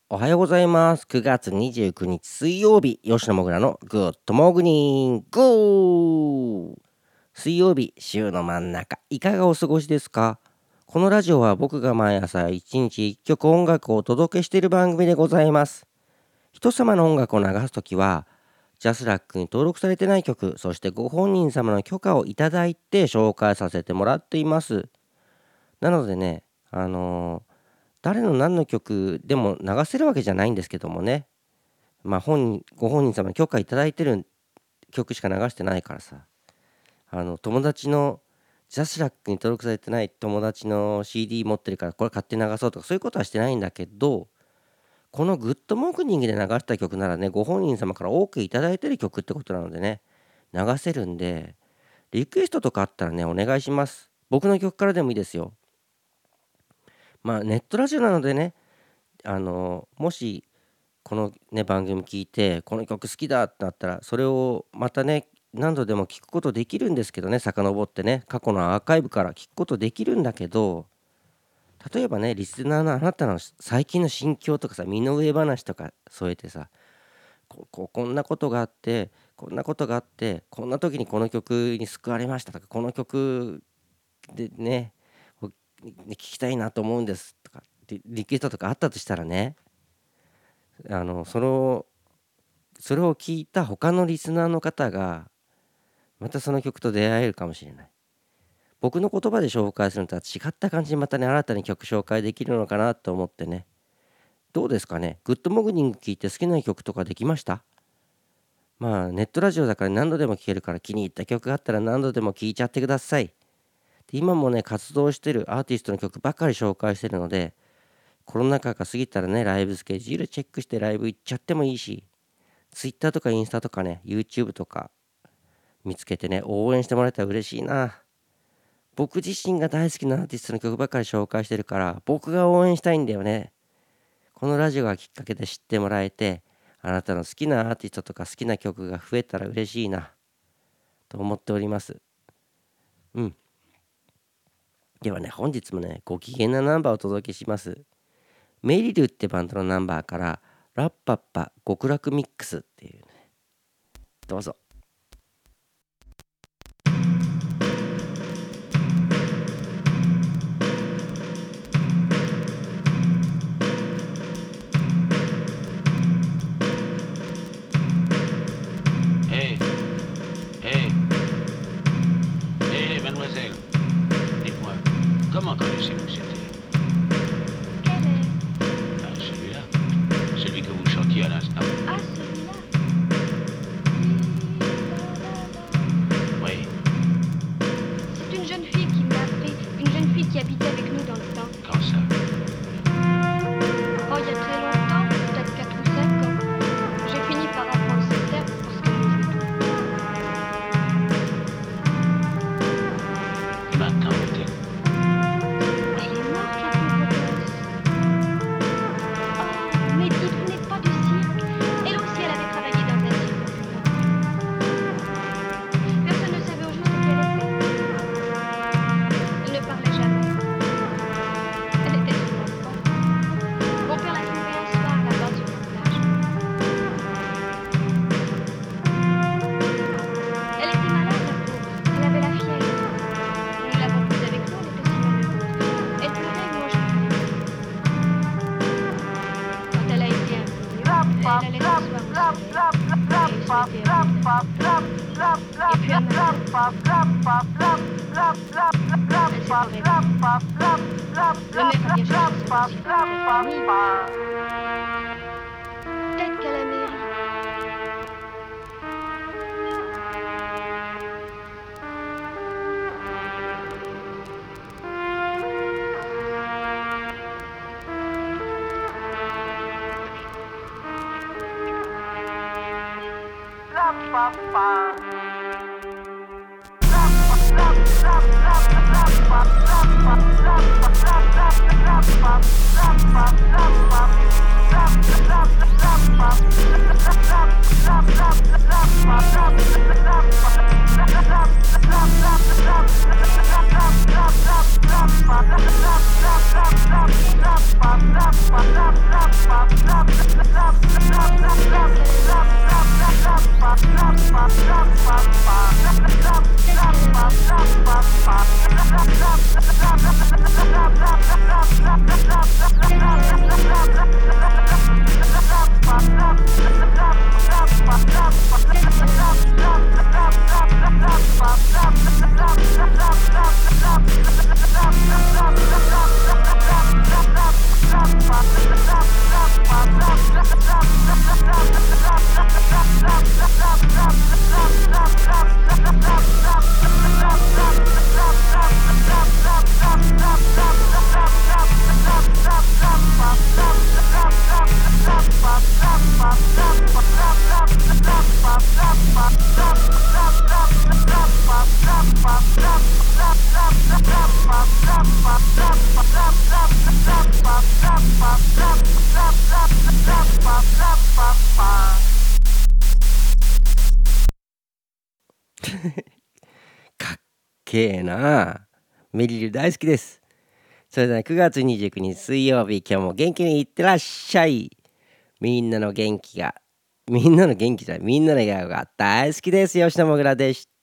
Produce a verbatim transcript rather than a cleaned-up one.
おはようございます。くがつにじゅうくにち水曜日、吉野もぐらのグッドモーニングゴー。水曜日、週の真ん中、いかがお過ごしですか？このラジオは僕が毎朝いちにちいっきょく音楽をお届けしている番組でございます。人様の音楽を流すときは、ジャスラックに登録されてない曲、そしてご本人様の許可をいただいて紹介させてもらっています。なのでね、あのー誰の何の曲でも流せるわけじゃないんですけどもね、まあ本人ご本人様に許可いただいてる曲しか流してないからさ、あの友達のジャスラックに登録されてない友達の シーディー 持ってるからこれ勝手に流そうとかそういうことはしてないんだけど、このグッドモーニングで流した曲ならね、ご本人様から オーケー いただいてる曲ってことなのでね、流せるんで、リクエストとかあったらねお願いします。僕の曲からでもいいですよ。まあネットラジオなのでね、あのもしこのね番組聞いてこの曲好きだってなったら、それをまたね何度でも聞くことできるんですけどね、遡ってね過去のアーカイブから聞くことできるんだけど、例えばねリスナーのあなたの最近の心境とかさ、身の上話とか添えてさ、こここんなことがあってこんなことがあってこんな時にこの曲に救われましたとか、この曲でね聞きたいなと思うんですとかってリクエストとかあったとしたらね、あのそのそれを聞いた他のリスナーの方がまたその曲と出会えるかもしれない。僕の言葉で紹介するのとは違った感じにまたね新たに曲紹介できるのかなと思ってね。どうですかね。グッドモーニング聞いて好きな曲とかできました？まあネットラジオだから何度でも聴けるから、気に入った曲があったら何度でも聴いちゃってください。で今もね活動してるアーティストの曲ばっかり紹介してるので、コロナ禍が過ぎたらねライブスケジュールチェックしてライブ行っちゃってもいいし、Twitter とかインスタとかね YouTube とか見つけてね応援してもらえたら嬉しいな。僕自身が大好きなアーティストの曲ばっかり紹介してるから、僕が応援したいんだよね。このラジオがきっかけで知ってもらえて、あなたの好きなアーティストとか好きな曲が増えたら嬉しいなと思っております。うんではね、本日もねご機嫌なナンバーをお届けします。メリルってバンドのナンバーからラッパッパ極楽ミックスっていうね、どうぞ。 Hey, hey, hey, mademoiselle, dites-moi, comment connaissez-vous cette île? Quel est? Ah, celui-là, celui que vous chantiez à l'instant. Ah, celui-là. Oui, C'est une jeune fille qui me l'a appris. Une jeune fille qui habitait avec nous dans le temps. quand ça? Oh, il y a très longtemps, peut-être quatre ou cinq ans. J'ai fini par apprendre ses termes parce qu'elle nous joue tout. Et maintenant, où est-elle? Elle est morte, la pauvre gosse. Oh, mais dites, vous n'êtes pas du cirque? Elle aussi, elle avait travaillé dans un cirque populaire. Personne ne savait au juste qui elle était. Elle ne parlait jamais. Elle était souvent folle. Mon père l'a trouvée un soir là-bas sur la plage. Elle était malade, la pauvre. Elle avait la fièvre. Nous l'avons prise avec nous, elle était si malheureuse. Elle pleurait et moi je pleurais. Quand elle a été un peu mieux, elle allait s'asseoir au soleil et souhaitait un peu. Et puis un matin, elle s'est réveillée. Le maître a bien cherché son aussi. Peut-être qu'à la mairie. Bye. かっけえな。メリル大好きです。それではくがつにじゅうくにち水曜日、今日も元気にいってらっしゃい。みんなの元気がみんなの元気じゃないみんなの笑顔が大好きです。吉野もぐらでした。